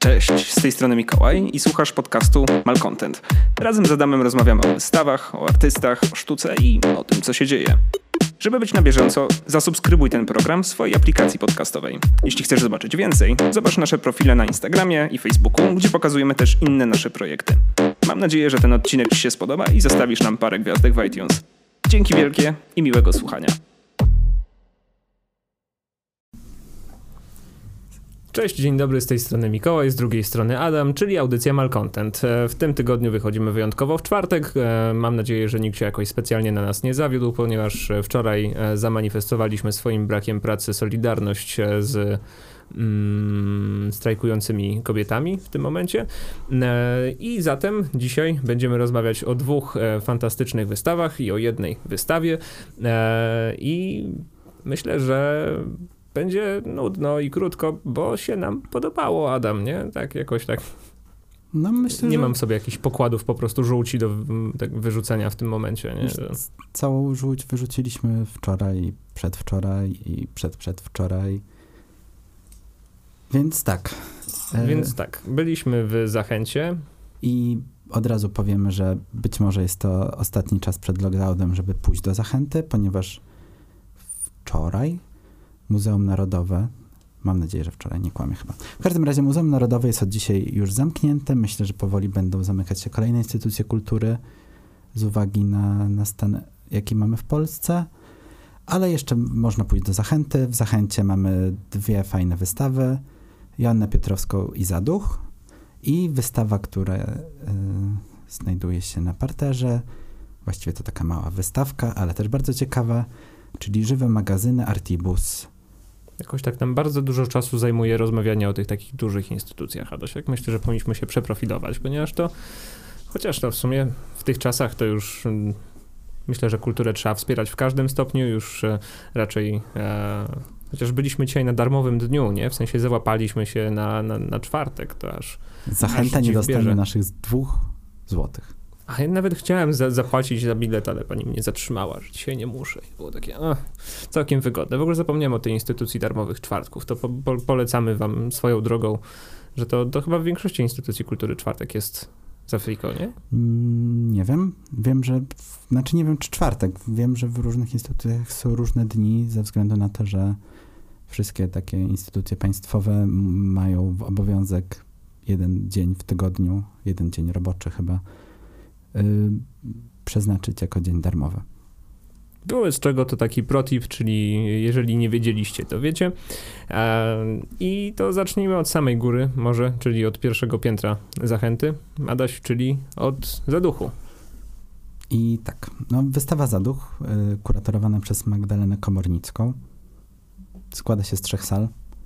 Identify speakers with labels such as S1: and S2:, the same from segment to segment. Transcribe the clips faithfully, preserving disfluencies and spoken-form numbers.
S1: Cześć, z tej strony Mikołaj i słuchasz podcastu Malcontent. Razem z Adamem rozmawiamy o wystawach, o artystach, o sztuce i o tym, co się dzieje. Żeby być na bieżąco, zasubskrybuj ten program w swojej aplikacji podcastowej. Jeśli chcesz zobaczyć więcej, zobacz nasze profile na Instagramie i Facebooku, gdzie pokazujemy też inne nasze projekty. Mam nadzieję, że ten odcinek Ci się spodoba i zostawisz nam parę gwiazdek w iTunes. Dzięki wielkie i miłego słuchania. Cześć, dzień dobry, z tej strony Mikołaj, z drugiej strony Adam, czyli audycja Malcontent. W tym tygodniu wychodzimy wyjątkowo w czwartek. Mam nadzieję, że nikt się jakoś specjalnie na nas nie zawiódł, ponieważ wczoraj zamanifestowaliśmy swoim brakiem pracy solidarność z mm, strajkującymi kobietami w tym momencie. I zatem dzisiaj będziemy rozmawiać o dwóch fantastycznych wystawach i o jednej wystawie. I myślę, że będzie nudno i krótko, bo się nam podobało, Adam, nie? Tak jakoś tak.
S2: No myślę,
S1: nie
S2: że...
S1: mam sobie jakichś pokładów po prostu żółci do tak, wyrzucenia w tym momencie, nie? Że...
S2: Całą żółć wyrzuciliśmy wczoraj, przedwczoraj i przedprzedwczoraj. Więc tak.
S1: Więc tak, byliśmy w Zachęcie.
S2: I od razu powiemy, że być może jest to ostatni czas przed lockdownem, żeby pójść do Zachęty, ponieważ wczoraj Muzeum Narodowe, mam nadzieję, że wczoraj, nie kłamię chyba. W każdym razie Muzeum Narodowe jest od dzisiaj już zamknięte. Myślę, że powoli będą zamykać się kolejne instytucje kultury z uwagi na, na stan, jaki mamy w Polsce. Ale jeszcze można pójść do Zachęty. W Zachęcie mamy dwie fajne wystawy. Joannę Piotrowską i Zaduch. I wystawa, która y, znajduje się na parterze. Właściwie to taka mała wystawka, ale też bardzo ciekawa. Czyli żywe magazyny Artibus.
S1: Jakoś tak nam bardzo dużo czasu zajmuje rozmawianie o tych takich dużych instytucjach, Adasiek. Myślę, że powinniśmy się przeprofilować, ponieważ to, chociaż to w sumie w tych czasach to już mm, myślę, że kulturę trzeba wspierać w każdym stopniu, już e, raczej, e, chociaż byliśmy dzisiaj na darmowym dniu, nie? W sensie załapaliśmy się na, na, na czwartek, to aż
S2: Zachęta
S1: aż
S2: nie dostanie
S1: bierze.
S2: naszych dwóch złotych.
S1: A ja nawet chciałem za, zapłacić za bilet, ale pani mnie zatrzymała, że dzisiaj nie muszę. I było takie o, całkiem wygodne. W ogóle zapomniałem o tej instytucji darmowych czwartków. To po, po, polecamy wam swoją drogą, że to, to chyba w większości instytucji kultury czwartek jest za friko, nie?
S2: Mm, nie wiem. Wiem, że... W, znaczy nie wiem, czy czwartek. Wiem, że w różnych instytucjach są różne dni ze względu na to, że wszystkie takie instytucje państwowe mają w obowiązek jeden dzień w tygodniu, jeden dzień roboczy chyba, Yy, przeznaczyć jako dzień darmowy.
S1: Było z czego to taki protip, czyli jeżeli nie wiedzieliście, to wiecie. E, I to zacznijmy od samej góry może, czyli od pierwszego piętra Zachęty. Adaś, czyli od Zaduchu.
S2: I tak, no wystawa Zaduch, yy, kuratorowana przez Magdalenę Komornicką, składa się z trzech sal,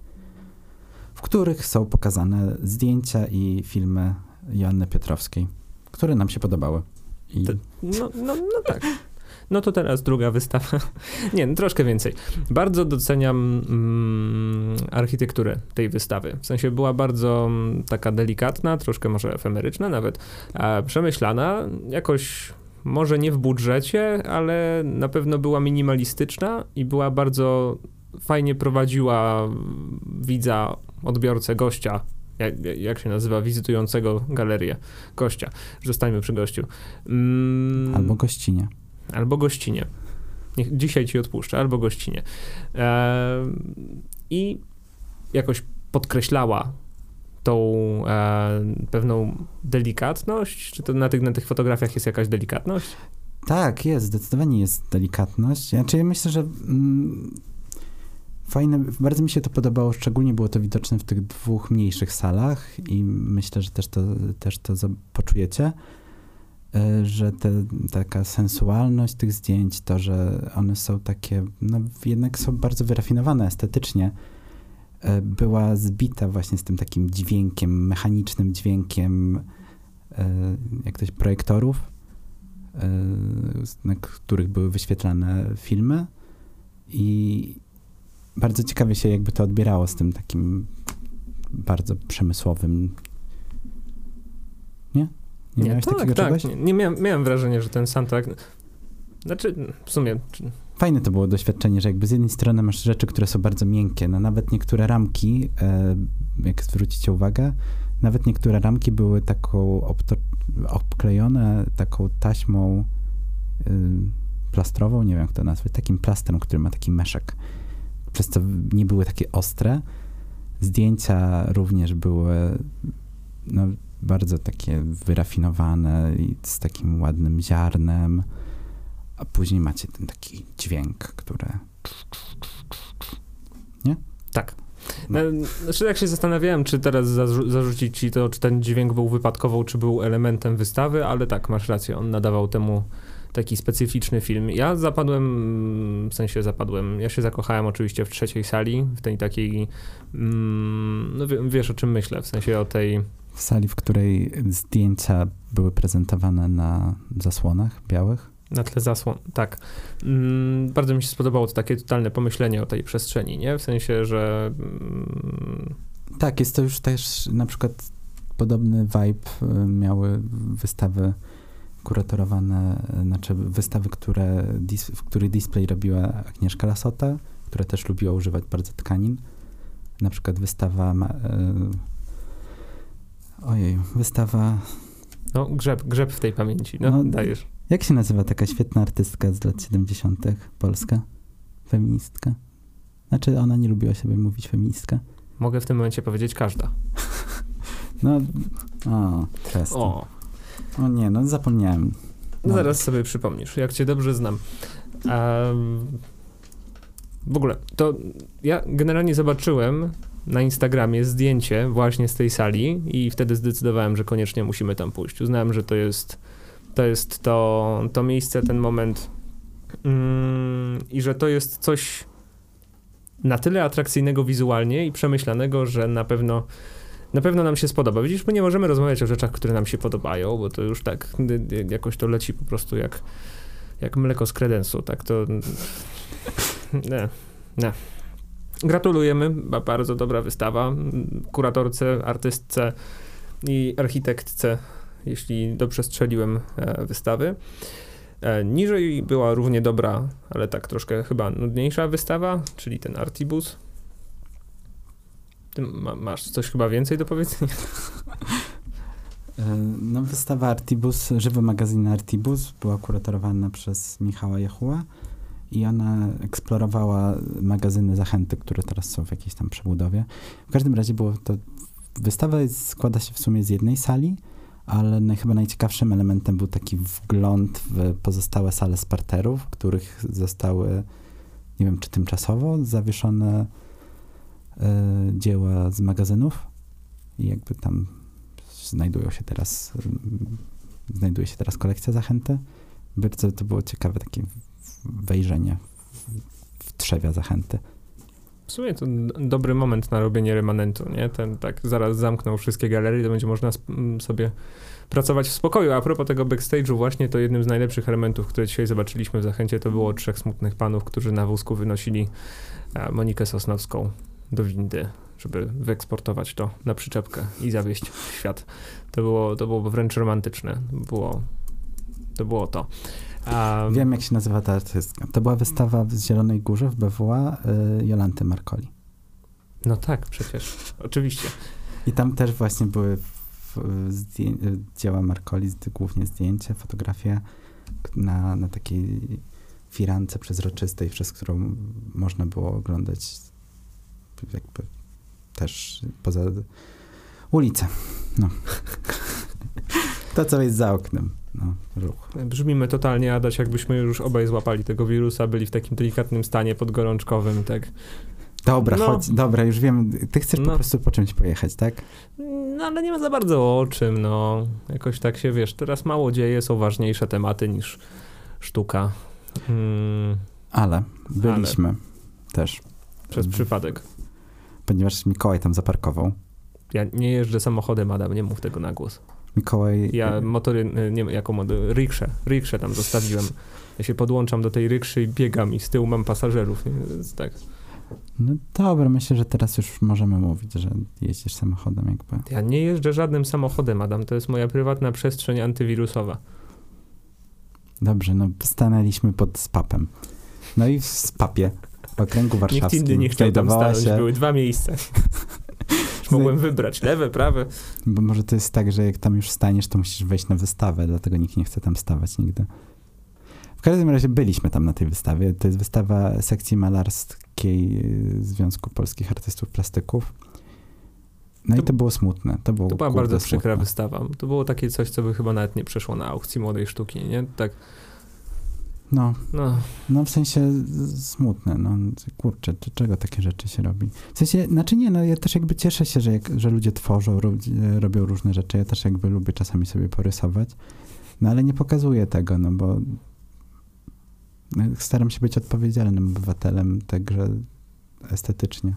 S2: w których są pokazane zdjęcia i filmy Joanny Piotrowskiej, które nam się podobały. I...
S1: To, no, no, no tak. No to teraz druga wystawa. Nie, no troszkę więcej. Bardzo doceniam mm, architekturę tej wystawy. W sensie była bardzo mm, taka delikatna, troszkę może efemeryczna nawet, a przemyślana, jakoś może nie w budżecie, ale na pewno była minimalistyczna i była bardzo fajnie prowadziła widza, odbiorcę, gościa. Jak, jak się nazywa, wizytującego galerię, gościa. Zostańmy przy gościu. Mm,
S2: albo gościnie.
S1: Albo gościnie. Niech dzisiaj ci odpuszczę, albo gościnie. E, I jakoś podkreślała tą e, pewną delikatność. Czy to na tych, na tych fotografiach jest jakaś delikatność?
S2: Tak, jest. Zdecydowanie jest delikatność. Znaczy ja myślę, że... Mm, fajne, bardzo mi się to podobało, szczególnie było to widoczne w tych dwóch mniejszych salach i myślę, że też to, też to poczujecie, że te, taka sensualność tych zdjęć, to, że one są takie, no jednak są bardzo wyrafinowane estetycznie, była zbita właśnie z tym takim dźwiękiem, mechanicznym dźwiękiem, jak to się, projektorów, na których były wyświetlane filmy i bardzo ciekawie się jakby to odbierało z tym takim bardzo przemysłowym. Nie? Nie,
S1: nie
S2: miałeś
S1: tak,
S2: takiego
S1: tak.
S2: czegoś?
S1: Nie, nie miałem, miałem wrażenie, że ten soundtrack... Znaczy, w sumie...
S2: Fajne to było doświadczenie, że jakby z jednej strony masz rzeczy, które są bardzo miękkie, no nawet niektóre ramki, e, jak zwrócicie uwagę, Nawet niektóre ramki były taką obto- obklejone taką taśmą y, plastrową, nie wiem jak to nazwać, takim plastrem, który ma taki meszek. Przez co nie były takie ostre. Zdjęcia również były no, bardzo takie wyrafinowane i z takim ładnym ziarnem. A później macie ten taki dźwięk, który... Nie?
S1: Tak. No. Znaczy, jak się zastanawiałem, czy teraz zarzu- zarzucić ci to, czy ten dźwięk był wypadkową, czy był elementem wystawy, ale tak, masz rację, on nadawał temu taki specyficzny film. Ja zapadłem, w sensie zapadłem, ja się zakochałem oczywiście w trzeciej sali, w tej takiej, mm, no w, wiesz o czym myślę, w sensie o tej...
S2: W sali, w której zdjęcia były prezentowane na zasłonach białych.
S1: Na tle zasłon, tak. Mm, bardzo mi się spodobało to takie totalne pomyślenie o tej przestrzeni, nie? W sensie, że... Mm...
S2: Tak, jest to już też na przykład podobny vibe miały wystawy kuratorowane, znaczy wystawy, które, w których display robiła Agnieszka Lasota, która też lubiła używać bardzo tkanin. Na przykład wystawa... Ma, ojej, wystawa...
S1: No, grzeb, grzeb w tej pamięci, no, no dajesz.
S2: Jak się nazywa taka świetna artystka z lat siedemdziesiątych, polska? Feministka? Znaczy, ona nie lubiła sobie mówić feministka.
S1: Mogę w tym momencie powiedzieć każda.
S2: No, o, kwestia.
S1: O.
S2: O nie, no zapomniałem. No.
S1: Zaraz sobie przypomnisz, jak cię dobrze znam. Um, w ogóle, to ja generalnie zobaczyłem na Instagramie zdjęcie właśnie z tej sali i wtedy zdecydowałem, że koniecznie musimy tam pójść. Uznałem, że to jest to, jest to, to miejsce, ten moment mm, i że to jest coś na tyle atrakcyjnego wizualnie i przemyślanego, że na pewno na pewno nam się spodoba. Widzisz, my nie możemy rozmawiać o rzeczach, które nam się podobają, bo to już tak jakoś to leci po prostu jak, jak mleko z kredensu, tak to nie, nie. Gratulujemy, bardzo dobra wystawa kuratorce, artystce i architektce, jeśli dobrze strzeliłem wystawy. Niżej była równie dobra, ale tak troszkę chyba nudniejsza wystawa, czyli ten Artibus. Ty ma, masz coś chyba więcej do powiedzenia?
S2: No wystawa Artibus, żywy magazyn Artibus była kuratorowana przez Michała Jechuła i ona eksplorowała magazyny Zachęty, które teraz są w jakiejś tam przebudowie. W każdym razie było to, wystawa jest, składa się w sumie z jednej sali, ale naj, chyba najciekawszym elementem był taki wgląd w pozostałe sale z parterów, w których zostały, nie wiem czy tymczasowo, zawieszone y, dzieła z magazynów i jakby tam znajdują się teraz, y, znajduje się teraz kolekcja Zachęty. Bardzo to było ciekawe takie wejrzenie w, w trzewia Zachęty.
S1: W sumie to dobry moment na robienie remanentu, nie? Ten tak zaraz zamknął wszystkie galerie, to będzie można sp- sobie pracować w spokoju. A propos tego backstage'u właśnie, to jednym z najlepszych elementów, które dzisiaj zobaczyliśmy w Zachęcie, to było trzech smutnych panów, którzy na wózku wynosili Monikę Sosnowską do windy, żeby wyeksportować to na przyczepkę i zawieźć w świat. To było, to było wręcz romantyczne. Było, to było to. Um,
S2: Wiem, jak się nazywa ta artystka. To była wystawa w Zielonej Górze w B W A y, Jolanty Marcoli.
S1: No tak, przecież. Oczywiście.
S2: I tam też właśnie były w, zdję- dzieła Marcoli, głównie zdjęcia, fotografie na, na takiej firance przezroczystej, przez którą można było oglądać jakby też poza ulicę. No. To, co jest za oknem. No, ruch.
S1: Brzmimy totalnie, Adaś, jakbyśmy już obaj złapali tego wirusa, byli w takim delikatnym stanie podgorączkowym, tak.
S2: Dobra,
S1: no.
S2: chodź, dobra, już wiem, ty chcesz
S1: no.
S2: po prostu po czymś pojechać, tak?
S1: No, ale nie ma za bardzo o czym, no. Jakoś tak się, wiesz, teraz mało dzieje, są ważniejsze tematy niż sztuka. Hmm.
S2: Ale byliśmy
S1: ale.
S2: też.
S1: Przez przypadek.
S2: Ponieważ Mikołaj tam zaparkował.
S1: Ja nie jeżdżę samochodem, Adam, nie mów tego na głos.
S2: Mikołaj...
S1: Ja motory, nie wiem, jaką modę, rikszę, rikszę tam zostawiłem. Ja się podłączam do tej rikszy i biegam i z tyłu mam pasażerów. Nie? Tak.
S2: No dobra, myślę, że teraz już możemy mówić, że jeździsz samochodem jakby.
S1: Ja nie jeżdżę żadnym samochodem, Adam. To jest moja prywatna przestrzeń antywirusowa.
S2: Dobrze, no stanęliśmy pod spapem. No i w spapie, w okręgu warszawskim.
S1: Nikt inny nie chciał tam stanąć,
S2: się...
S1: były dwa miejsca. Już mogłem wybrać lewe, prawe.
S2: Bo może to jest tak, że jak tam już staniesz, to musisz wejść na wystawę, dlatego nikt nie chce tam stawać nigdy. W każdym razie byliśmy tam na tej wystawie. To jest wystawa sekcji malarskiej Związku Polskich Artystów Plastyków. No to, i to było smutne. To, było,
S1: to była
S2: kurde,
S1: bardzo przykra
S2: smutne.
S1: wystawa. To było takie coś, co by chyba nawet nie przeszło na aukcji młodej sztuki, nie? Tak.
S2: No,
S1: no.
S2: no w sensie smutne. No, kurczę, czego takie rzeczy się robi? W sensie, znaczy nie, no ja też jakby cieszę się, że, jak, że ludzie tworzą, ro, robią różne rzeczy. Ja też jakby lubię czasami sobie porysować. No ale nie pokazuję tego, no bo staram się być odpowiedzialnym obywatelem, także estetycznie.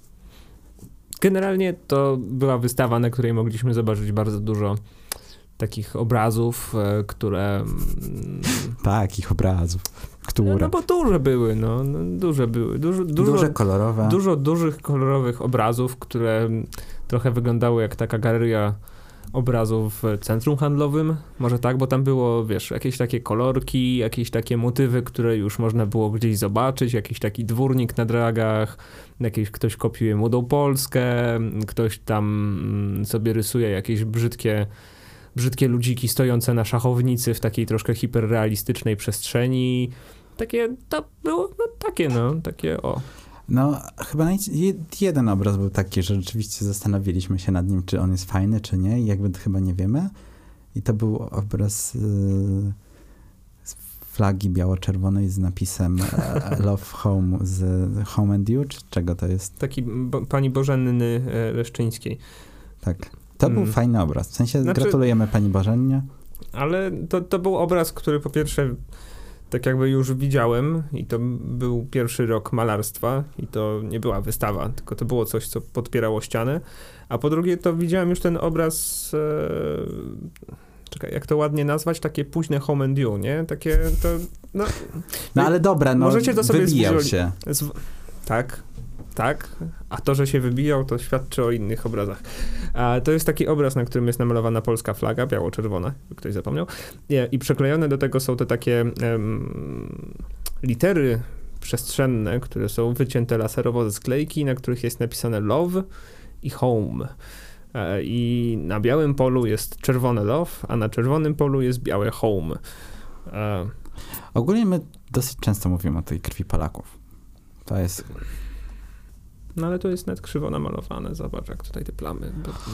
S1: Generalnie to była wystawa, na której mogliśmy zobaczyć bardzo dużo takich obrazów, które...
S2: Takich obrazów, które...
S1: No bo duże były, no, no duże były. Dużo, dużo,
S2: duże, kolorowe.
S1: Dużo dużych, kolorowych obrazów, które trochę wyglądały jak taka galeria obrazów w centrum handlowym, może tak, bo tam było, wiesz, jakieś takie kolorki, jakieś takie motywy, które już można było gdzieś zobaczyć, jakiś taki dwórnik na dragach, jakiś ktoś kopiuje Młodą Polskę, ktoś tam sobie rysuje jakieś brzydkie, brzydkie ludziki stojące na szachownicy w takiej troszkę hiperrealistycznej przestrzeni. Takie, to było, no takie, no, takie, o.
S2: No, chyba jeden obraz był taki, że rzeczywiście zastanowiliśmy się nad nim, czy on jest fajny, czy nie i jakby chyba nie wiemy. I to był obraz yy, z flagi biało-czerwonej z napisem Love Home z Home and You, czy czego to jest?
S1: Taki bo, pani Bożenny Leszczyńskiej.
S2: Tak. To hmm. był fajny obraz. W sensie znaczy, gratulujemy pani Bożennie.
S1: Ale to, to był obraz, który po pierwsze tak jakby już widziałem i to był pierwszy rok malarstwa i to nie była wystawa, tylko to było coś, co podpierało ścianę, a po drugie to widziałem już ten obraz, e, czekaj, jak to ładnie nazwać, takie późne Home and You, nie? Takie to, no...
S2: No ale dobra, no
S1: możecie to sobie
S2: wybijał się.
S1: Z, tak, tak, a to, że się wybijał, to świadczy o innych obrazach. A to jest taki obraz, na którym jest namalowana polska flaga, biało-czerwona, ktoś zapomniał. I przyklejone do tego są te takie um, litery przestrzenne, które są wycięte laserowo ze sklejki, na których jest napisane love i home. I na białym polu jest czerwone love, a na czerwonym polu jest białe home.
S2: Ogólnie my dosyć często mówimy o tej krwi Polaków. To jest...
S1: No ale to jest nawet krzywo namalowane. Zobacz, jak tutaj te plamy.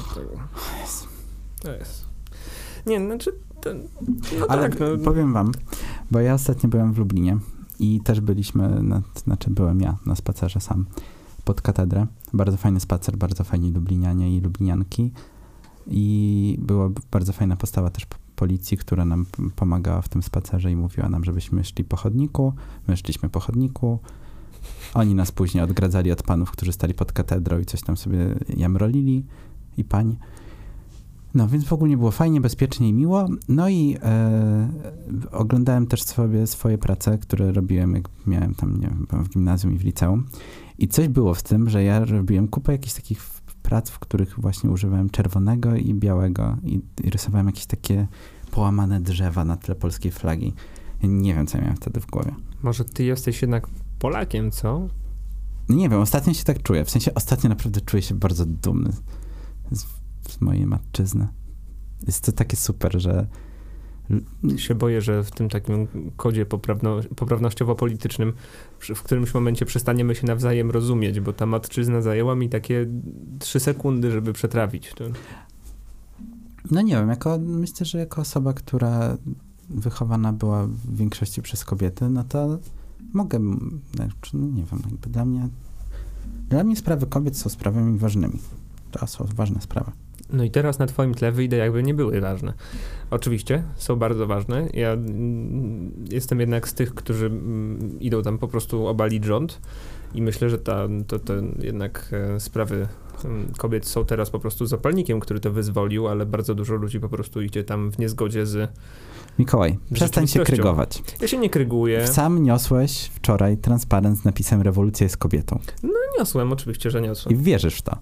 S1: To jest. Nie, znaczy... To, no
S2: ale
S1: tak, no.
S2: powiem wam, bo ja ostatnio byłem w Lublinie i też byliśmy, na, znaczy byłem ja na spacerze sam pod katedrę. Bardzo fajny spacer, bardzo fajni lublinianie i lublinianki. I była bardzo fajna postawa też policji, która nam pomagała w tym spacerze i mówiła nam, żebyśmy szli po chodniku. My szliśmy po chodniku. Oni nas później odgradzali od panów, którzy stali pod katedrą i coś tam sobie jamrolili i pań. No, więc w ogóle było fajnie, bezpiecznie i miło. No i e, oglądałem też sobie swoje prace, które robiłem, jak miałem tam, nie wiem, w gimnazjum i w liceum. I coś było w tym, że ja robiłem kupę jakichś takich prac, w których właśnie używałem czerwonego i białego i, i rysowałem jakieś takie połamane drzewa na tle polskiej flagi. Ja nie wiem, co ja miałem wtedy w głowie.
S1: Może ty jesteś jednak Polakiem, co?
S2: Nie wiem, ostatnio się tak czuję. W sensie ostatnio naprawdę czuję się bardzo dumny z, z mojej matczyzny. Jest to takie super, że...
S1: się boję, że w tym takim kodzie poprawno, poprawnościowo-politycznym w którymś momencie przestaniemy się nawzajem rozumieć, bo ta matczyzna zajęła mi takie trzy sekundy, żeby przetrawić to.
S2: No nie wiem, jako, myślę, że jako osoba, która wychowana była w większości przez kobiety, no to mogę, no nie wiem, jakby dla mnie dla mnie sprawy kobiet są sprawami ważnymi. To są ważne sprawy.
S1: No i teraz na twoim tle wyjdę, jakby nie były ważne. Oczywiście, są bardzo ważne. Ja mm, jestem jednak z tych, którzy mm, idą tam po prostu obalić rząd i myślę, że ta, to, to jednak e, sprawy e, kobiet są teraz po prostu zapalnikiem, który to wyzwolił, ale bardzo dużo ludzi po prostu idzie tam w niezgodzie z
S2: Mikołaj, przestań się krygować.
S1: Ja się nie kryguję.
S2: Sam niosłeś wczoraj transparent z napisem rewolucja jest kobietą.
S1: No niosłem, oczywiście, że niosłem.
S2: I wierzysz w to.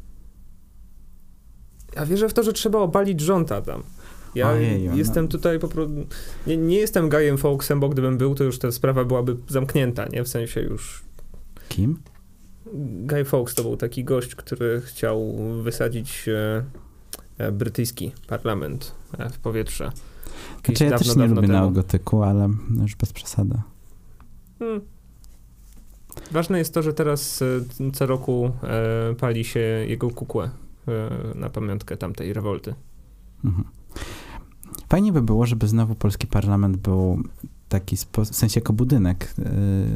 S1: Ja wierzę w to, że trzeba obalić rząd, Adam. Ja Ojeju, jestem no. tutaj po prostu... Nie, nie jestem Guyem Fawkesem, bo gdybym był, to już ta sprawa byłaby zamknięta, nie? W sensie już...
S2: Kim?
S1: Guy Fawkes to był taki gość, który chciał wysadzić e, brytyjski parlament e, w powietrze.
S2: Znaczy, ja
S1: dawno,
S2: też nie
S1: dawno
S2: lubię
S1: temu.
S2: neogotyku, ale już bez przesady.
S1: Hmm. Ważne jest to, że teraz e, co roku e, pali się jego kukłę e, na pamiątkę tamtej rewolty.
S2: Mhm. Fajnie by było, żeby znowu polski parlament był taki, spo, w sensie jako budynek. Yy...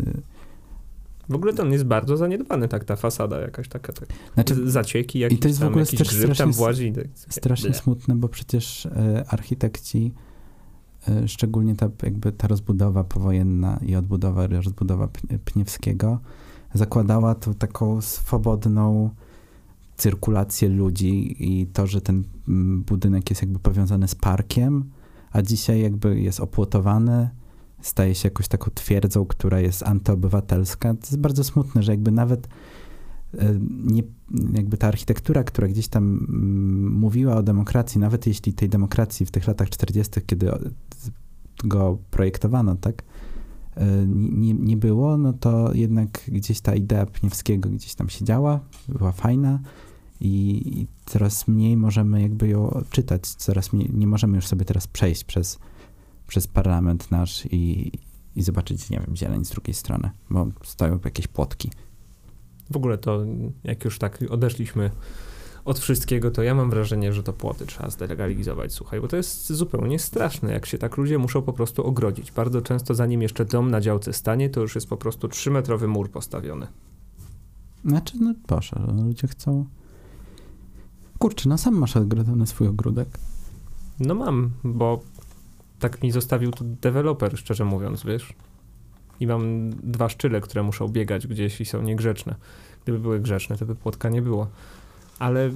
S1: W ogóle to on jest bardzo zaniedbany, tak, ta fasada jakaś taka, tak,
S2: znaczy,
S1: zacieki, jakiś
S2: i to jest
S1: tam,
S2: w ogóle
S1: jakiś
S2: też
S1: grzyb
S2: strasznie,
S1: tam włazi.
S2: strasznie smutne, bo przecież y, architekci, y, szczególnie ta, jakby ta rozbudowa powojenna i odbudowa, rozbudowa Pniewskiego, zakładała tą taką swobodną cyrkulację ludzi i to, że ten budynek jest jakby powiązany z parkiem, a dzisiaj jakby jest opłotowany, staje się jakąś taką twierdzą, która jest antyobywatelska. To jest bardzo smutne, że jakby nawet nie, jakby ta architektura, która gdzieś tam mówiła o demokracji, nawet jeśli tej demokracji w tych latach czterdziestych, kiedy go projektowano, tak, nie, nie było, no to jednak gdzieś ta idea Pniewskiego gdzieś tam siedziała, była fajna i, i coraz mniej możemy jakby ją czytać, coraz mniej, nie możemy już sobie teraz przejść przez, przez parlament nasz i, i zobaczyć, nie wiem, zieleń z drugiej strony, bo stoją jakieś płotki.
S1: W ogóle to, jak już tak odeszliśmy od wszystkiego, to ja mam wrażenie, że to płoty trzeba zdelegalizować, słuchaj, bo to jest zupełnie straszne, jak się tak ludzie muszą po prostu ogrodzić. Bardzo często zanim jeszcze dom na działce stanie, to już jest po prostu trzymetrowy mur postawiony.
S2: Znaczy, no proszę, ludzie chcą... Kurczę, no sam masz ogrodzony swój ogródek.
S1: No mam, bo tak mi zostawił tu deweloper, szczerze mówiąc, wiesz. I mam dwa szczyle, które muszą biegać gdzieś i są niegrzeczne. Gdyby były grzeczne, to by płotka nie było. Ale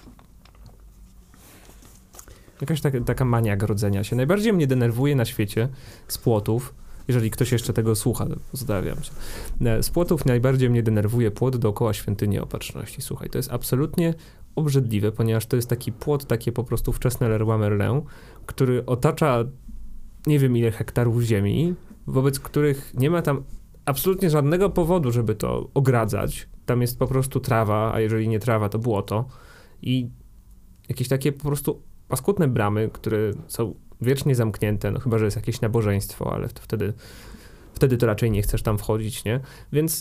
S1: jakaś taka, taka mania grodzenia się. Najbardziej mnie denerwuje na świecie z płotów, jeżeli ktoś jeszcze tego słucha, pozdrawiam cię. Z płotów najbardziej mnie denerwuje płot dookoła Świątyni Opatrzności. Słuchaj, to jest absolutnie obrzydliwe, ponieważ to jest taki płot, takie po prostu wczesne Leroy Merlin, który otacza nie wiem ile hektarów ziemi, wobec których nie ma tam absolutnie żadnego powodu, żeby to ogradzać. Tam jest po prostu trawa, a jeżeli nie trawa, to błoto. I jakieś takie po prostu paskudne bramy, które są wiecznie zamknięte, no chyba, że jest jakieś nabożeństwo, ale to wtedy, wtedy to raczej nie chcesz tam wchodzić, nie? Więc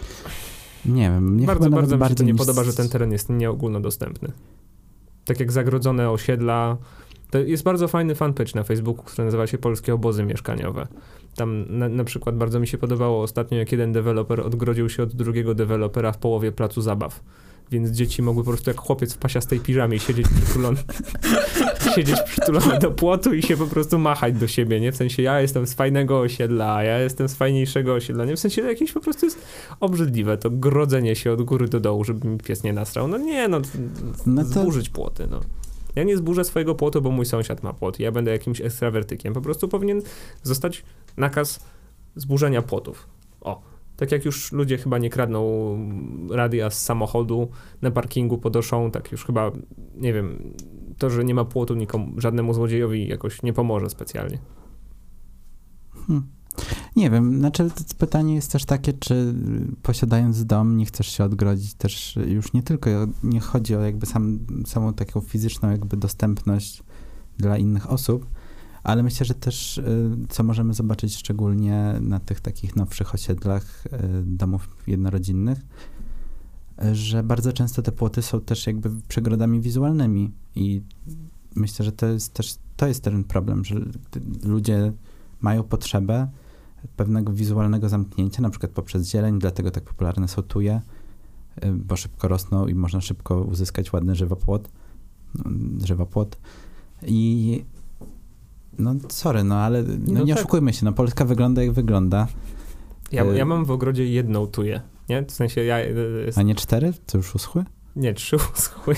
S2: nie wiem, mnie
S1: bardzo, bardzo mi się to nie
S2: niż...
S1: podoba, że ten teren jest nieogólnodostępny. Tak jak zagrodzone osiedla. To jest bardzo fajny fanpage na Facebooku, który nazywa się Polskie Obozy Mieszkaniowe. Tam na, na przykład bardzo mi się podobało ostatnio, jak jeden deweloper odgrodził się od drugiego dewelopera w połowie placu zabaw. Więc dzieci mogły po prostu jak chłopiec w pasiastej piżamie siedzieć przytulone, siedzieć przytulone do płotu i się po prostu machać do siebie, nie? W sensie ja jestem z fajnego osiedla, a ja jestem z fajniejszego osiedla, nie? W sensie jakieś po prostu jest obrzydliwe to grodzenie się od góry do dołu, żeby mi pies nie nasrał. No nie, no, no to... zburzyć płoty, no. Ja nie zburzę swojego płotu, bo mój sąsiad ma płot. Ja będę jakimś ekstrawertykiem. Po prostu powinien zostać nakaz zburzenia płotów. O, tak jak już ludzie chyba nie kradną radia z samochodu na parkingu podnoszą, tak już chyba, nie wiem, to, że nie ma płotu nikomu, żadnemu złodziejowi jakoś nie pomoże specjalnie.
S2: Hmm. Nie wiem, znaczy pytanie jest też takie, czy posiadając dom nie chcesz się odgrodzić też już nie tylko, nie chodzi o jakby sam, samą taką fizyczną jakby dostępność dla innych osób, ale myślę, że też co możemy zobaczyć szczególnie na tych takich nowszych osiedlach domów jednorodzinnych, że bardzo często te płoty są też jakby przegrodami wizualnymi i myślę, że to jest też, to jest ten problem, że ludzie mają potrzebę pewnego wizualnego zamknięcia, na przykład poprzez zieleń, dlatego tak popularne są tuje, bo szybko rosną i można szybko uzyskać ładny żywopłot. żywopłot. I no sorry, no ale no
S1: no
S2: nie
S1: tak.
S2: oszukujmy się, no Polska wygląda jak wygląda.
S1: Ja, ja mam w ogrodzie jedną tuję, nie? W sensie ja... Jest...
S2: A nie cztery? To już uschły?
S1: Nie, trzy uschły.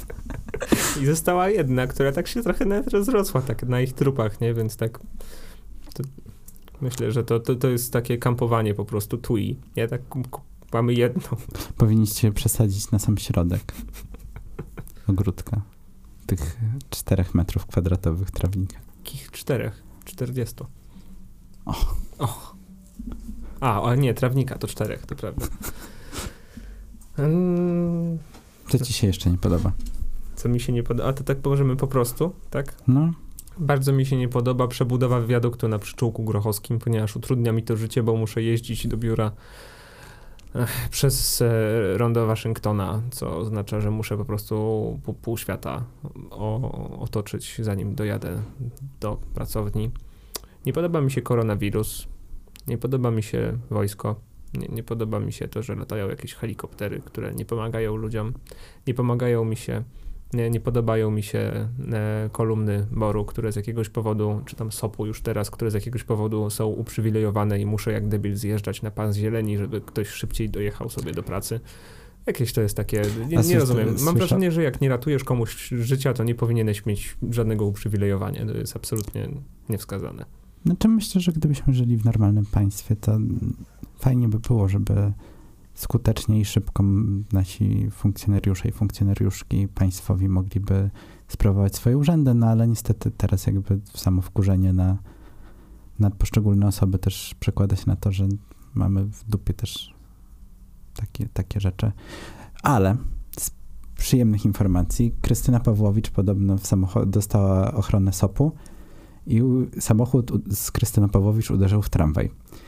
S1: I została jedna, która tak się trochę nawet rozrosła, tak na ich trupach, nie? Więc tak... To... Myślę, że to, to, to jest takie kampowanie po prostu tui. Nie? Tak mamy jedną. Powinniście
S2: przesadzić na sam środek ogródka. Tych czterech metrów kwadratowych trawnika.
S1: Jakich czterech? Czterdziestu.
S2: Och.
S1: Och. A, ale nie, trawnika to czterech, to prawda. Hmm,
S2: Co ci się jeszcze nie podoba?
S1: Co mi się nie podoba? A to tak możemy po prostu, tak?
S2: No.
S1: Bardzo mi się nie podoba przebudowa wiaduktu na Przyczółku Grochowskim, ponieważ utrudnia mi to życie, bo muszę jeździć do biura ech, przez e, rondo Waszyngtona, co oznacza, że muszę po prostu pół, pół świata o, otoczyć, zanim dojadę do pracowni. Nie podoba mi się koronawirus, nie podoba mi się wojsko, nie, nie podoba mi się to, że latają jakieś helikoptery, które nie pomagają ludziom, nie pomagają mi się Nie, nie podobają mi się e, kolumny moru, które z jakiegoś powodu, czy tam sopu już teraz, które z jakiegoś powodu są uprzywilejowane i muszę jak debil zjeżdżać na pas zieleni, żeby ktoś szybciej dojechał sobie do pracy. Jakieś to jest takie, nie, nie rozumiem. Mam
S2: słysza...
S1: wrażenie, że jak nie ratujesz komuś życia, to nie powinieneś mieć żadnego uprzywilejowania. To jest absolutnie niewskazane.
S2: Znaczy myślę, że gdybyśmy żyli w normalnym państwie, to fajnie by było, żeby skutecznie i szybko nasi funkcjonariusze i funkcjonariuszki państwowi mogliby sprawować swoje urzędy, no ale niestety teraz jakby samo wkurzenie na, na poszczególne osoby też przekłada się na to, że mamy w dupie też takie, takie rzeczy. Ale z przyjemnych informacji Krystyna Pawłowicz podobno w samochód dostała ochronę S O P-u i samochód z Krystyną Pawłowicz uderzył w tramwaj.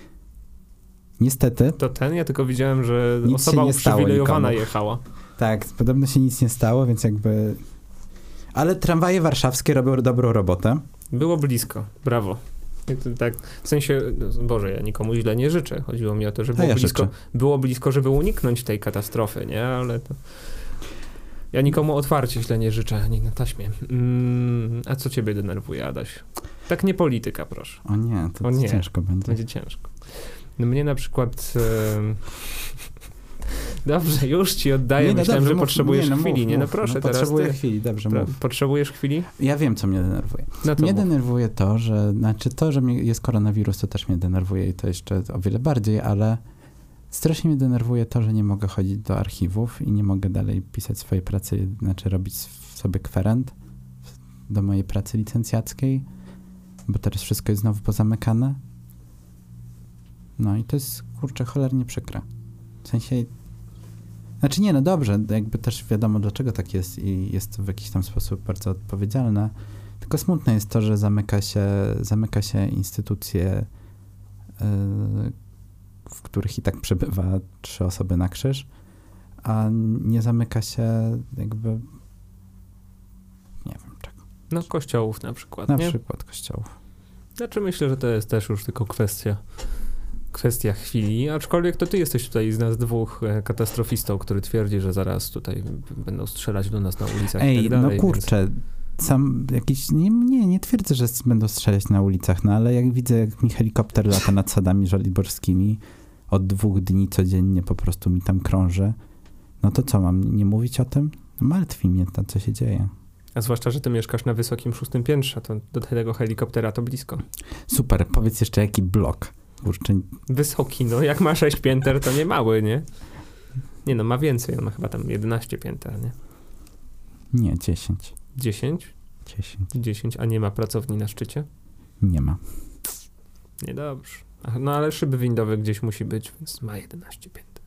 S2: Niestety.
S1: To ten? Ja tylko widziałem, że osoba uprzywilejowana jechała. Tak,
S2: podobno się nic nie stało, więc jakby... Ale tramwaje warszawskie robią dobrą robotę.
S1: Było blisko, brawo. Tak, w sensie, Boże, ja nikomu źle nie życzę. Chodziło mi o to, że było, ja blisko, było blisko, żeby uniknąć tej katastrofy, nie? Ale to... Ja nikomu otwarcie źle nie życzę, ani na taśmie. Mm, a co ciebie denerwuje, Adaś? Tak nie polityka, proszę.
S2: O nie, to
S1: o nie.
S2: ciężko będzie.
S1: Będzie ciężko. No mnie na przykład... E... Dobrze, już ci oddaję. Nie, no Myślałem, dobrze, że mów, potrzebujesz nie, no chwili. Mów, nie, no proszę, no, teraz
S2: Potrzebuję
S1: ty...
S2: chwili, dobrze
S1: Pro,
S2: mów.
S1: Potrzebujesz chwili?
S2: Ja wiem, co mnie denerwuje.
S1: No to
S2: mnie
S1: mów.
S2: denerwuje to, że... Znaczy to, że jest koronawirus, to też mnie denerwuje i to jeszcze o wiele bardziej, ale strasznie mnie denerwuje to, że nie mogę chodzić do archiwów i nie mogę dalej pisać swojej pracy, znaczy robić sobie kwerent do mojej pracy licencjackiej, bo teraz wszystko jest znowu pozamykane. No i to jest, kurczę, cholernie przykre. W sensie... Znaczy nie, no dobrze, jakby też wiadomo, dlaczego tak jest i jest to w jakiś tam sposób bardzo odpowiedzialne, tylko smutne jest to, że zamyka się, zamyka się instytucje, yy, w których i tak przebywa trzy osoby na krzyż, a nie zamyka się jakby nie wiem czego.
S1: No kościołów na przykład,
S2: Na
S1: nie?
S2: przykład kościołów.
S1: Znaczy myślę, że to jest też już tylko kwestia kwestia chwili, aczkolwiek to ty jesteś tutaj z nas dwóch katastrofistą, który twierdzi, że zaraz tutaj będą strzelać do nas na ulicach
S2: Ej,
S1: i tak dalej.
S2: no kurczę, więc... sam jakiś, nie, nie, nie twierdzę, że będą strzelać na ulicach, no ale jak widzę, jak mi helikopter lata nad sadami żoliborskimi, od dwóch dni codziennie po prostu mi tam krąży, no to co, mam nie mówić o tym? Martwi mnie to, co się dzieje.
S1: A zwłaszcza, że ty mieszkasz na wysokim szóstym piętrze, to do tego helikoptera to blisko.
S2: Super, powiedz jeszcze jaki blok. Kurczę.
S1: Wysoki, no jak ma sześć pięter, to nie mały, nie? Nie no, ma więcej, on ma chyba tam jedenaście pięter, nie?
S2: Nie, dziesięć.
S1: dziesięć?
S2: dziesięć.
S1: dziesięć, a nie ma pracowni na szczycie?
S2: Nie ma.
S1: Niedobrze. No ale szyby windowe gdzieś musi być, więc ma jedenaście pięter.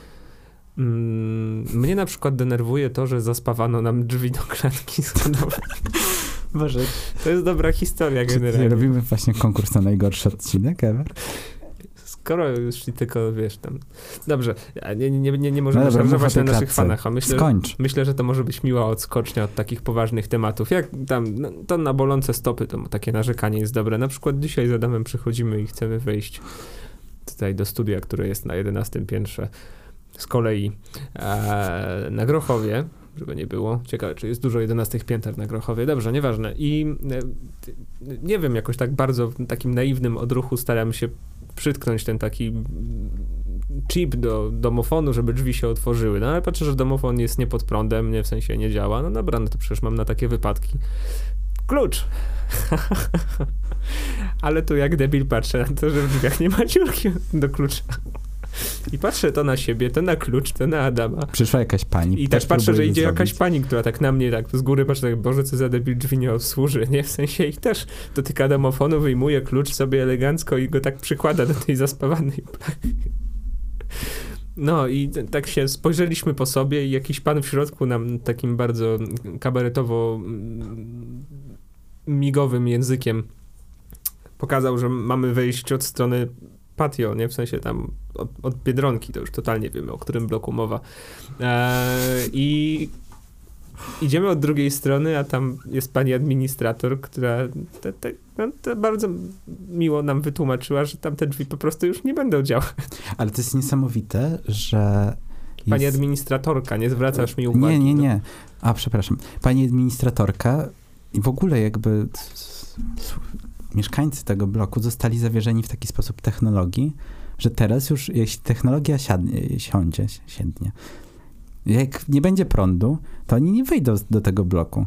S1: Mm, mnie na przykład denerwuje to, że zaspawano nam drzwi do klatki schodowej.
S2: Boże.
S1: To jest dobra historia generalnie.
S2: Robimy właśnie konkurs na najgorszy odcinek ever.
S1: Skoro już tylko, wiesz, tam... Dobrze, nie, nie, nie, nie możemy no szarżować na naszych fanach, a myślę,
S2: Skończ.
S1: myślę, że to może być miła odskocznia od takich poważnych tematów. Jak tam, no, to na bolące stopy, to takie narzekanie jest dobre. Na przykład dzisiaj z Adamem przychodzimy i chcemy wejść tutaj do studia, które jest na jedenastym piętrze. Z kolei e, na Grochowie, żeby nie było. Ciekawe, czy jest dużo jedenastych pięter na Grochowie. Dobrze, nieważne. I e, nie wiem, jakoś tak bardzo w takim naiwnym odruchu staram się przytknąć ten taki chip do domofonu, żeby drzwi się otworzyły. No ale patrzę, że domofon jest nie pod prądem, nie w sensie nie działa. No dobra, no to przecież mam na takie wypadki. Klucz! Ale tu jak debil patrzę na to, że w drzwiach nie ma dziurki do klucza. I patrzę to na siebie, to na klucz, to na Adama.
S2: Przyszła jakaś pani.
S1: I tak patrzę, że idzie jakaś pani, która tak na mnie, tak z góry patrzy, tak, Boże, co za debil, drzwi nie obsłuży, nie? W sensie ich też dotyka domofonu, wyjmuje klucz sobie elegancko i go tak przykłada do tej zaspawanej blachy. No i t- tak się spojrzeliśmy po sobie i jakiś pan w środku nam takim bardzo kabaretowo mm, migowym językiem pokazał, że mamy wejść od strony patio, nie? W sensie tam od, od Biedronki, to już totalnie wiemy, o którym bloku mowa. Eee, I idziemy od drugiej strony, a tam jest pani administrator, która te, te, no, te bardzo miło nam wytłumaczyła, że tam te drzwi po prostu już nie będą działać.
S2: Ale to jest niesamowite, że
S1: Pani
S2: jest...
S1: administratorka, nie zwracasz mi uwagi.
S2: Nie, nie,
S1: no.
S2: nie. A, przepraszam. Pani administratorka i w ogóle jakby mieszkańcy tego bloku zostali zawierzeni w taki sposób technologii, że teraz już, jeśli technologia siadnie, siądzie, siędnie, jak nie będzie prądu, to oni nie wyjdą do tego bloku.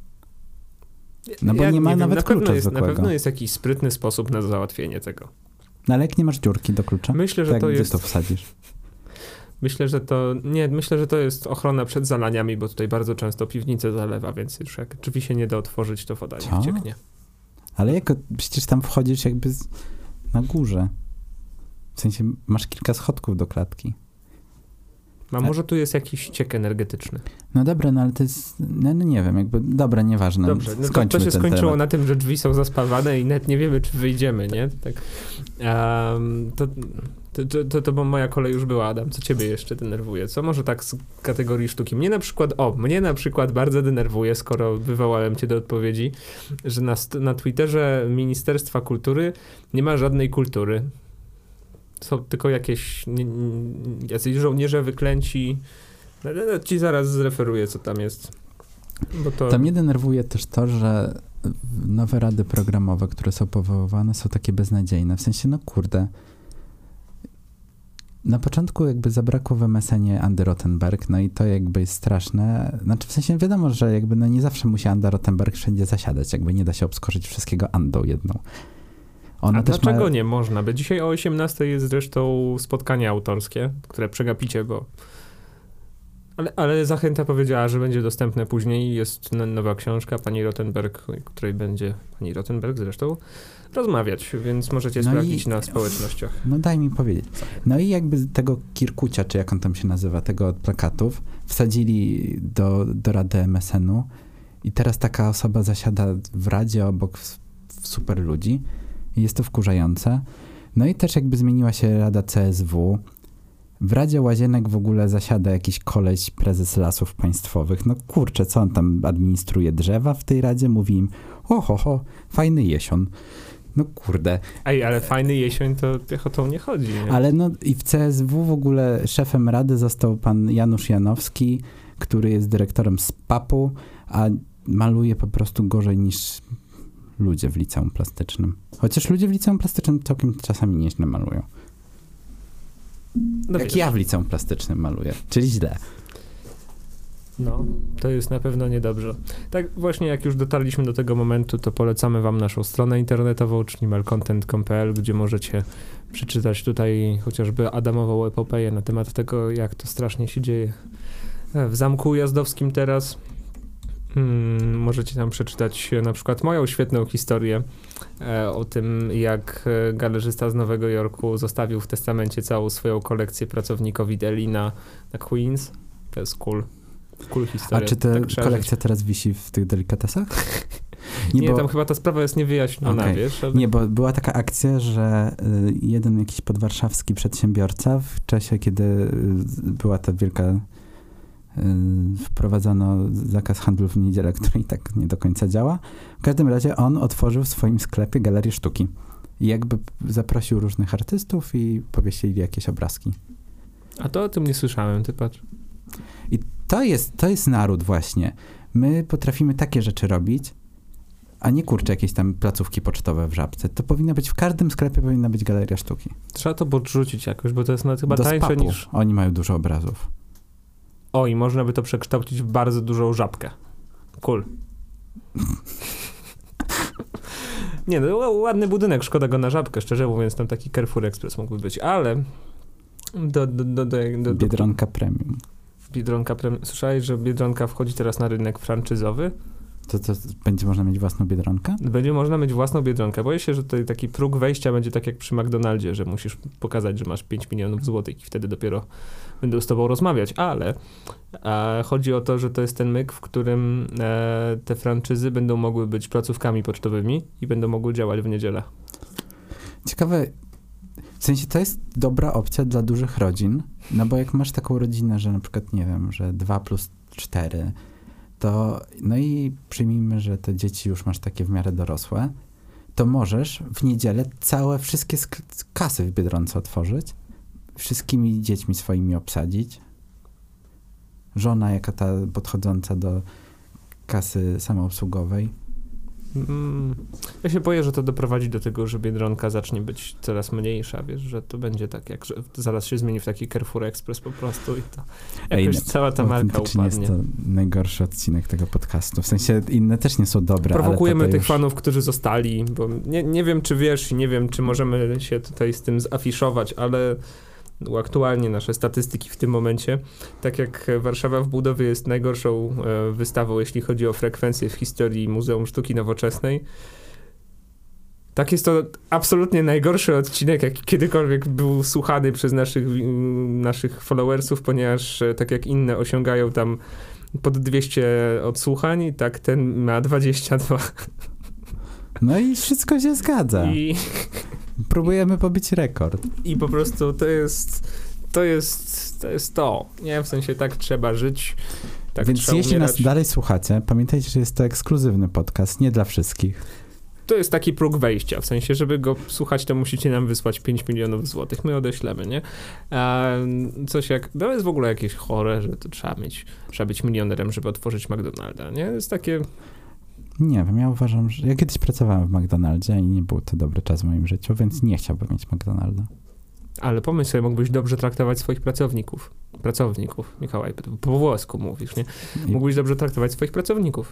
S2: No bo
S1: Ja
S2: nie ma
S1: wiem,
S2: nawet
S1: na
S2: klucza
S1: pewno jest,
S2: zwykłego.
S1: Na pewno jest jakiś sprytny sposób na załatwienie tego.
S2: No ale jak nie masz dziurki do klucza,
S1: Myślę, że
S2: to, jak
S1: to
S2: gdzie
S1: jest...
S2: to wsadzisz?
S1: Myślę, że to... Nie, myślę, że to jest ochrona przed zalaniami, bo tutaj bardzo często piwnicę zalewa, więc już jak drzwi się nie da otworzyć, to woda
S2: Co?
S1: nie wcieknie.
S2: Ale jak przecież tam wchodzisz jakby z, na górze. W sensie masz kilka schodków do klatki.
S1: A może tu jest jakiś ciek energetyczny?
S2: No dobra, no ale to jest, no, no nie wiem, jakby, dobra, nieważne.
S1: Dobrze, no to,
S2: Skończmy
S1: to się
S2: ten
S1: skończyło
S2: temat.
S1: na tym, że drzwi są zaspawane i nawet nie wiemy, czy wyjdziemy, nie? Tak. Um, to, to, to, to bo moja kolej już była, Adam. Co ciebie jeszcze denerwuje? Co może tak z kategorii sztuki? Mnie na przykład, o, mnie na przykład bardzo denerwuje, skoro wywołałem cię do odpowiedzi, że na, na Twitterze Ministerstwa Kultury nie ma żadnej kultury. Są tylko jakieś nie, nie, jacyś żołnierze wyklęci. No, no, ci zaraz zreferuję, co tam jest. Bo to...
S2: To mnie denerwuje też to, że nowe rady programowe, które są powoływane, są takie beznadziejne. W sensie, no kurde, na początku jakby zabrakło w M S N ie Andy Rottenberg, no i to jakby jest straszne. Znaczy w sensie wiadomo, że jakby no nie zawsze musi Andy Rottenberg wszędzie zasiadać, jakby nie da się obskorzyć wszystkiego Andą jedną. Ona
S1: A
S2: też
S1: dlaczego
S2: ma...
S1: nie można? Bo dzisiaj o osiemnastej jest zresztą spotkanie autorskie, które przegapicie, bo... Ale, ale Zachęta powiedziała, że będzie dostępne później. Jest n- nowa książka pani Rottenberg, której będzie pani Rottenberg zresztą rozmawiać, więc możecie
S2: No
S1: sprawdzić
S2: i-
S1: na społecznościach.
S2: No daj mi powiedzieć. No i jakby tego Kirkucia, czy jak on tam się nazywa, tego od plakatów, wsadzili do, do rady M S N u i teraz taka osoba zasiada w radzie obok w, w super ludzi i jest to wkurzające. No i też jakby zmieniła się rada C S W. W Radzie Łazienek w ogóle zasiada jakiś koleś, prezes Lasów Państwowych. No kurczę, co on tam administruje? Drzewa w tej radzie? Mówi im, ho, ho, ho, fajny jesion. No kurde.
S1: Ej, ale fajny jesień to piechotą nie chodzi. Nie?
S2: Ale no i w C S W w ogóle szefem rady został pan Janusz Janowski, który jest dyrektorem S P A P u, a maluje po prostu gorzej niż ludzie w liceum plastycznym. Chociaż ludzie w liceum plastycznym całkiem czasami nieźle malują.
S1: No
S2: Jak
S1: wiesz.
S2: ja w liceum plastycznym maluję, czyli źle.
S1: No, to jest na pewno niedobrze. Tak właśnie jak już dotarliśmy do tego momentu, to polecamy wam naszą stronę internetową, czyli malcontent kropka com kropka p l, gdzie możecie przeczytać tutaj chociażby Adamową epopeję na temat tego, jak to strasznie się dzieje w Zamku Ujazdowskim teraz. Hmm, możecie tam przeczytać na przykład moją świetną historię e, o tym, jak e, galerzysta z Nowego Jorku zostawił w testamencie całą swoją kolekcję pracownikowi Deli na, na Queens. To jest cool. Cool historia.
S2: A czy ta
S1: tak trzeba
S2: kolekcja
S1: żyć.
S2: teraz wisi w tych delikatesach?
S1: Nie,
S2: bo,
S1: tam chyba ta sprawa jest niewyjaśniona,
S2: Okej.
S1: wiesz? Ale...
S2: Nie, bo była taka akcja, że y, jeden jakiś podwarszawski przedsiębiorca w czasie, kiedy y, była ta wielka y, wprowadzono zakaz handlu w niedzielę, który i tak nie do końca działa. W każdym razie on otworzył w swoim sklepie galerię sztuki. I jakby zaprosił różnych artystów i powiesili jakieś obrazki.
S1: A to o tym nie słyszałem, ty patrz.
S2: I to jest, to jest naród właśnie. My potrafimy takie rzeczy robić, a nie kurczę jakieś tam placówki pocztowe w Żabce. To powinno być, w każdym sklepie powinna być galeria sztuki.
S1: Trzeba to podrzucić jakoś, bo to jest nawet chyba
S2: Do
S1: tańsze
S2: spapu.
S1: niż...
S2: Oni mają dużo obrazów.
S1: O, i można by to przekształcić w bardzo dużą żabkę. Cool. Nie, no ładny budynek, szkoda go na żabkę, szczerze mówiąc, tam taki Carrefour Express mógłby być, ale do, do, do, do, do,
S2: Biedronka Premium.
S1: Biedronka Premium. Słyszałeś, że Biedronka wchodzi teraz na rynek franczyzowy?
S2: To, to będzie można mieć własną Biedronkę?
S1: Będzie można mieć własną Biedronkę. Boję się, że tutaj taki próg wejścia będzie tak jak przy McDonaldzie, że musisz pokazać, że masz pięć milionów złotych i wtedy dopiero będą z tobą rozmawiać, ale e, chodzi o to, że to jest ten myk, w którym e, te franczyzy będą mogły być placówkami pocztowymi i będą mogły działać w niedzielę.
S2: Ciekawe, w sensie to jest dobra opcja dla dużych rodzin, no bo jak masz taką rodzinę, że na przykład, nie wiem, że dwa plus cztery, to no i przyjmijmy, że te dzieci już masz takie w miarę dorosłe, to możesz w niedzielę całe, wszystkie sk- kasy w Biedronce otworzyć, wszystkimi dziećmi swoimi obsadzić. Żona jaka ta podchodząca do kasy samoobsługowej.
S1: Mm, ja się boję, że to doprowadzi do tego, że Biedronka zacznie być coraz mniejsza, wiesz, że to będzie tak, jak że zaraz się zmieni w taki Carrefour Express po prostu i to jakoś Ej, cała ta marka upadnie.
S2: jest to najgorszy odcinek tego podcastu. W sensie inne też nie są dobre.
S1: Prowokujemy
S2: ale
S1: tych
S2: już...
S1: fanów, którzy zostali, bo nie, nie wiem, czy wiesz, nie wiem, czy możemy się tutaj z tym zafiszować, ale aktualnie nasze statystyki w tym momencie, tak jak Warszawa w budowie jest najgorszą e, wystawą, jeśli chodzi o frekwencję w historii Muzeum Sztuki Nowoczesnej, tak jest to absolutnie najgorszy odcinek, jaki kiedykolwiek był słuchany przez naszych, naszych followersów, ponieważ e, tak jak inne osiągają tam pod dwieście odsłuchań, tak ten ma dwadzieścia dwa.
S2: No i wszystko się zgadza.
S1: I...
S2: Próbujemy pobić rekord.
S1: I po prostu to jest to jest to, jest to. Nie, w sensie tak trzeba żyć. Tak
S2: Więc
S1: trzeba
S2: jeśli
S1: umierać.
S2: nas dalej słuchacie, pamiętajcie, że jest to ekskluzywny podcast, nie dla wszystkich.
S1: To jest taki próg wejścia, w sensie, żeby go słuchać, to musicie nam wysłać pięć milionów złotych. My odeślemy, nie? A coś jak, to jest w ogóle jakieś chore, że to trzeba mieć, trzeba być milionerem, żeby otworzyć McDonalda, nie? To jest takie...
S2: Nie wiem, ja uważam, że ja kiedyś pracowałem w McDonaldzie i nie był to dobry czas w moim życiu, więc nie chciałbym mieć McDonalda.
S1: Ale pomyśl sobie, mógłbyś dobrze traktować swoich pracowników. Pracowników, Mikołaj, po włosku mówisz, nie? Mógłbyś dobrze traktować swoich pracowników.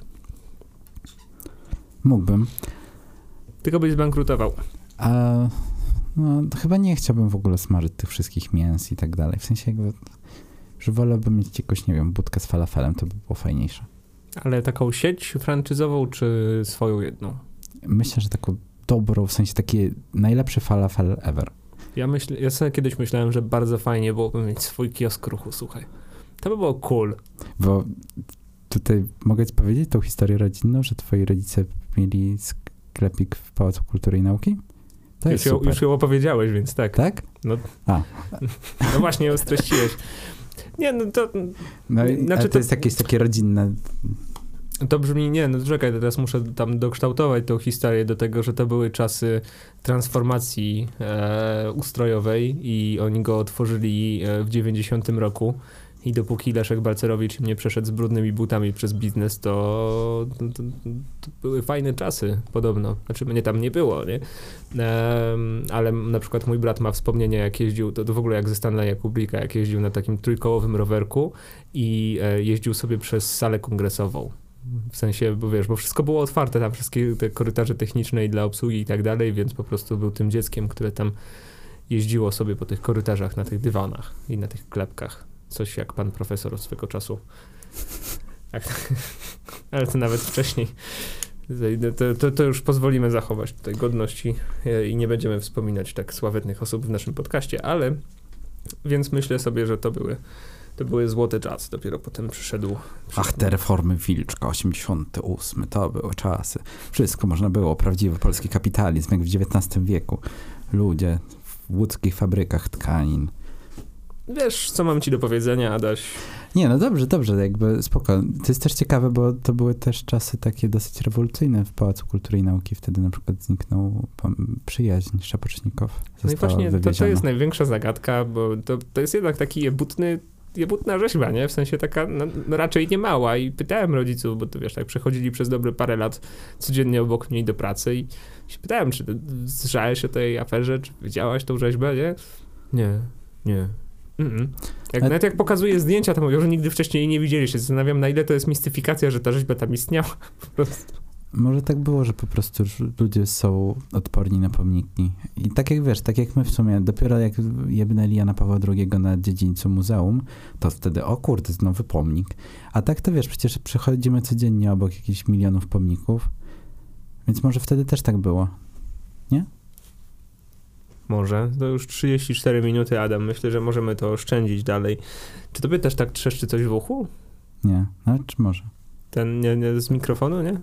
S2: Mógłbym.
S1: Tylko byś zbankrutował.
S2: A no, chyba nie chciałbym w ogóle smażyć tych wszystkich mięs i tak dalej. W sensie jakby, że wolałbym mieć jakoś, nie wiem, budkę z falafelem, to by było fajniejsze.
S1: Ale taką sieć franczyzową, czy swoją jedną?
S2: Myślę, że taką dobrą, w sensie taki najlepszy falafel ever.
S1: Ja myślę, ja sobie kiedyś myślałem, że bardzo fajnie byłoby mieć swój kiosk ruchu, słuchaj. To by było cool.
S2: Bo tutaj mogę ci powiedzieć tą historię rodzinną, że twoi rodzice mieli sklepik w Pałacu Kultury i Nauki? To
S1: już,
S2: jest
S1: ją,
S2: super.
S1: już ją opowiedziałeś, więc tak.
S2: Tak?
S1: No,
S2: A.
S1: no właśnie ją streściłeś. Nie, no to...
S2: No i znaczy to, to jest jakieś takie rodzinne...
S1: To brzmi, nie, no czekaj, teraz muszę tam dokształtować tą historię do tego, że to były czasy transformacji e, ustrojowej i oni go otworzyli e, w dziewięćdziesiątym roku i dopóki Leszek Balcerowicz nie przeszedł z brudnymi butami przez biznes, to, to, to, to były fajne czasy podobno. Znaczy mnie tam nie było, nie? E, ale na przykład mój brat ma wspomnienia, jak jeździł, to, to w ogóle jak ze Stanleya Kubricka, jak jeździł na takim trójkołowym rowerku i e, jeździł sobie przez salę kongresową. W sensie, bo wiesz, bo wszystko było otwarte, tam wszystkie te korytarze techniczne i dla obsługi i tak dalej, więc po prostu był tym dzieckiem, które tam jeździło sobie po tych korytarzach, na tych dywanach i na tych klepkach. Coś jak pan profesor od swego czasu. Tak. Ale to nawet wcześniej. To, to, to już pozwolimy zachować tutaj godności i nie będziemy wspominać tak sławetnych osób w naszym podcaście, ale więc myślę sobie, że to były To były złote czasy, dopiero potem przyszedł... przyszedł.
S2: Ach, te reformy Wilczka, osiemdziesiąty ósmy, to były czasy. Wszystko można było, prawdziwy polski kapitalizm, jak w dziewiętnastym wieku. Ludzie w łódzkich fabrykach tkanin.
S1: Wiesz, co mam ci do powiedzenia, Adaś?
S2: Nie, no dobrze, dobrze, jakby spoko. To jest też ciekawe, bo to były też czasy takie dosyć rewolucyjne w Pałacu Kultury i Nauki. Wtedy na przykład zniknął przyjaźń Szapocznikow.
S1: No i właśnie to, to jest największa zagadka, bo to, to jest jednak taki jebutny jebutna rzeźba, nie? W sensie taka no, no raczej nie mała i pytałem rodziców, bo to wiesz, tak przechodzili przez dobre parę lat codziennie obok mnie do pracy i się pytałem, czy zżałeś o tej aferze, czy widziałaś tą rzeźbę, nie? Nie, nie. Mm-mm. Jak, nawet jak pokazuję zdjęcia, to mówią, że nigdy wcześniej jej nie widzieli. Się zastanawiam, na ile to jest mistyfikacja, że ta rzeźba tam istniała. Po prostu.
S2: może tak było, że po prostu ludzie są odporni na pomniki. I tak jak wiesz, tak jak my w sumie, dopiero jak jebnęli Jana Pawła drugiego na dziedzińcu muzeum, to wtedy, o kurde, znowu pomnik. A tak to wiesz, przecież przechodzimy codziennie obok jakichś milionów pomników, więc może wtedy też tak było, nie?
S1: Może. To już trzydzieści cztery minuty, Adam. Myślę, że możemy to oszczędzić dalej. Czy tobie też tak trzeszczy coś w uchu?
S2: Nie, no czy może?
S1: Ten nie, nie, z mikrofonu, nie?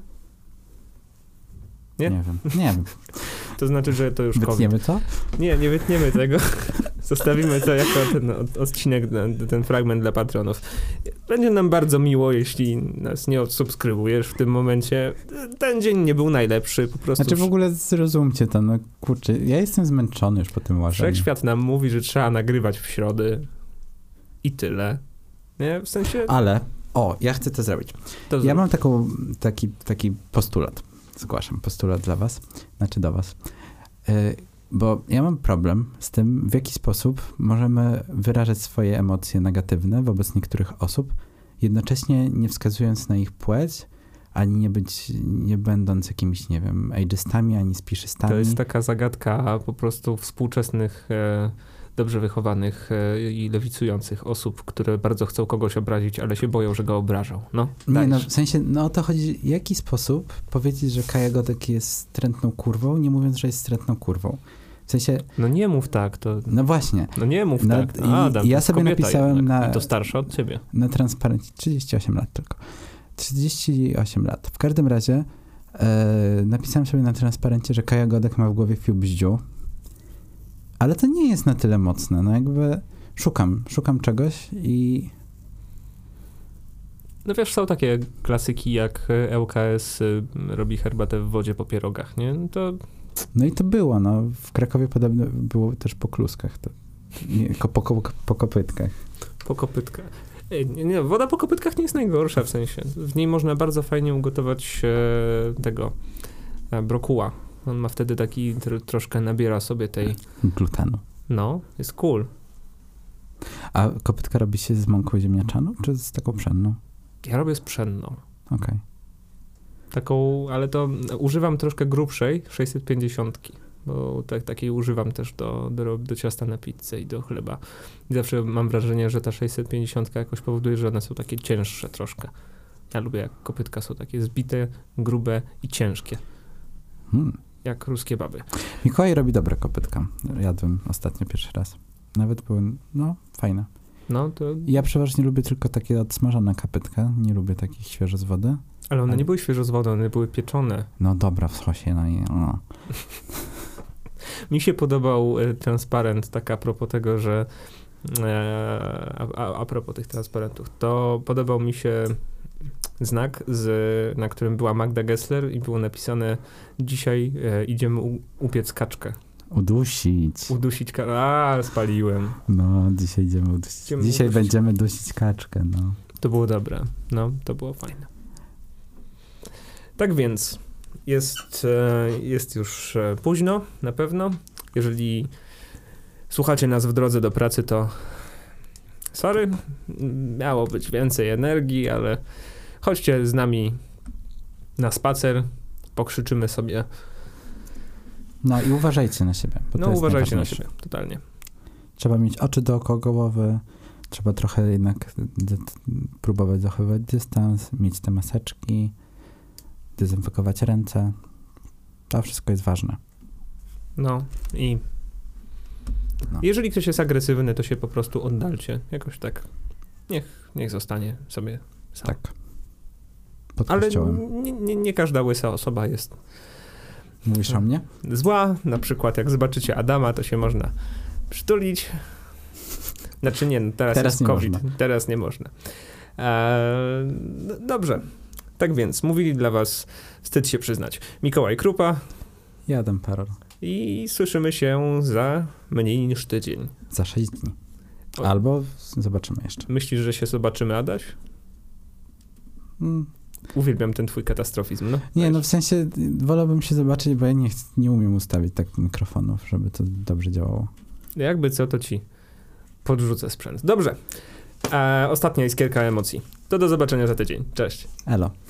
S1: Nie?
S2: Nie wiem, nie wiem.
S1: To znaczy, że to już
S2: Wytniemy
S1: COVID.
S2: to?
S1: Nie, nie wytniemy tego. Zostawimy to jako ten odcinek, ten fragment dla patronów. Będzie nam bardzo miło, jeśli nas nie odsubskrybujesz w tym momencie. Ten dzień nie był najlepszy, po prostu.
S2: Znaczy w ogóle zrozumcie to, no kurczę, ja jestem zmęczony już po tym łażeniu.
S1: Wszechświat nam mówi, że trzeba nagrywać w środę i tyle. Nie? W sensie...
S2: Ale, o, ja chcę to zrobić.
S1: To
S2: ja
S1: zrób.
S2: mam taką, taki, taki postulat. Zgłaszam postulat dla was, znaczy do was. Yy, bo ja mam problem z tym, w jaki sposób możemy wyrażać swoje emocje negatywne wobec niektórych osób, jednocześnie nie wskazując na ich płeć, ani nie być, nie będąc jakimiś, nie wiem, ageistami, ani spiszystami.
S1: To jest taka zagadka po prostu współczesnych, e, dobrze wychowanych e, i lewicujących osób, które bardzo chcą kogoś obrazić, ale się boją, że go obrażą. No,
S2: nie, no
S1: dajesz.
S2: w sensie, no o to chodzi, w jaki sposób powiedzieć, że Kaja Godek jest strętną kurwą, nie mówiąc, że jest strętną kurwą. W sensie...
S1: No nie mów tak, to...
S2: No właśnie.
S1: No nie mów
S2: no,
S1: tak. No, Adam,
S2: i ja
S1: to jest
S2: sobie
S1: kobieta
S2: napisałem
S1: jednak.
S2: na...
S1: I to starsza od ciebie.
S2: Na transparencie. trzydzieści osiem lat tylko. trzydzieści osiem lat. W każdym razie e, napisałem sobie na transparencie, że Kaja Godek ma w głowie fiu bździu. Ale to nie jest na tyle mocne. No jakby szukam, szukam czegoś i...
S1: No wiesz, są takie klasyki jak L K S robi herbatę w wodzie po pierogach, nie? No to...
S2: No i to było, no. W Krakowie podobno było też po kluskach. To, nie, po, po, po kopytkach.
S1: Po kopytkach. Ej, nie, nie, woda po kopytkach nie jest najgorsza w sensie. W niej można bardzo fajnie ugotować e, tego e, brokuła. On ma wtedy taki, tr, troszkę nabiera sobie tej...
S2: Glutenu.
S1: No, jest cool.
S2: A kopytka robi się z mąką ziemniaczaną, czy z taką pszenną?
S1: Ja robię z pszenną.
S2: Okej. Okay.
S1: Taką, ale to używam troszkę grubszej, sześćset pięćdziesiąt, bo tak, takiej używam też do, do, do ciasta na pizzę i do chleba. I zawsze mam wrażenie, że ta sześćset pięćdziesiąt jakoś powoduje, że one są takie cięższe troszkę. Ja lubię, jak kopytka są takie zbite, grube i ciężkie.
S2: Hmm.
S1: Jak ruskie baby.
S2: Mikołaj robi dobre kopytka. Jadłem ostatnio pierwszy raz. Nawet były, no, fajne.
S1: No to...
S2: Ja przeważnie lubię tylko takie odsmażone kopytka. Nie lubię takich świeżo z wody.
S1: Ale one
S2: Ale...
S1: nie były świeżo z wodą, one były pieczone.
S2: No dobra, w sosie, no i... No.
S1: Mi się podobał y, transparent, tak a propos tego, że e, a, a, a propos tych transparentów, to podobał mi się znak, z, na którym była Magda Gessler i było napisane: dzisiaj e, idziemy u, upiec kaczkę.
S2: Udusić.
S1: Udusić kaczkę. A, spaliłem.
S2: No, dzisiaj idziemy udusić.
S1: Idziemy
S2: dzisiaj
S1: udusić.
S2: będziemy dusić kaczkę, no.
S1: To było dobre. No, to było fajne. Tak więc jest, e, jest już e, późno, na pewno. Jeżeli słuchacie nas w drodze do pracy, to sorry, miało być więcej energii, ale chodźcie z nami na spacer, pokrzyczymy sobie.
S2: No i uważajcie na siebie. Bo
S1: No
S2: to jest
S1: uważajcie na
S2: najważniejsze.
S1: siebie, totalnie.
S2: Trzeba mieć oczy dookoła głowy, trzeba trochę jednak d- d- próbować zachowywać dystans, mieć te maseczki, dezynfekować ręce. To wszystko jest ważne.
S1: No i
S2: No.
S1: jeżeli ktoś jest agresywny, to się po prostu oddalcie. Jakoś tak. Niech, niech zostanie sobie sam.
S2: Tak. Pod
S1: Ale
S2: kościołem.
S1: nie, nie, nie każda łysa osoba jest
S2: Mówisz o mnie?
S1: zła. Na przykład jak zobaczycie Adama, to się można przytulić. Znaczy nie, no teraz,
S2: Teraz
S1: jest
S2: nie
S1: COVID.
S2: można.
S1: Teraz nie można. Eee, no dobrze. Tak więc, mówili dla was, wstyd się przyznać, Mikołaj Krupa
S2: Ja dam parol.
S1: i słyszymy się za mniej niż tydzień.
S2: Za sześć dni.
S1: O.
S2: Albo zobaczymy jeszcze.
S1: Myślisz, że się zobaczymy, Adaś?
S2: Mm.
S1: Uwielbiam ten twój katastrofizm. No.
S2: Nie, no w sensie wolałbym się zobaczyć, bo ja nie, ch- nie umiem ustawić tak mikrofonów, żeby to dobrze działało.
S1: Jakby co, to ci podrzucę sprzęt. Dobrze. E, ostatnia jest kilka emocji. To do zobaczenia za tydzień. Cześć.
S2: Elo.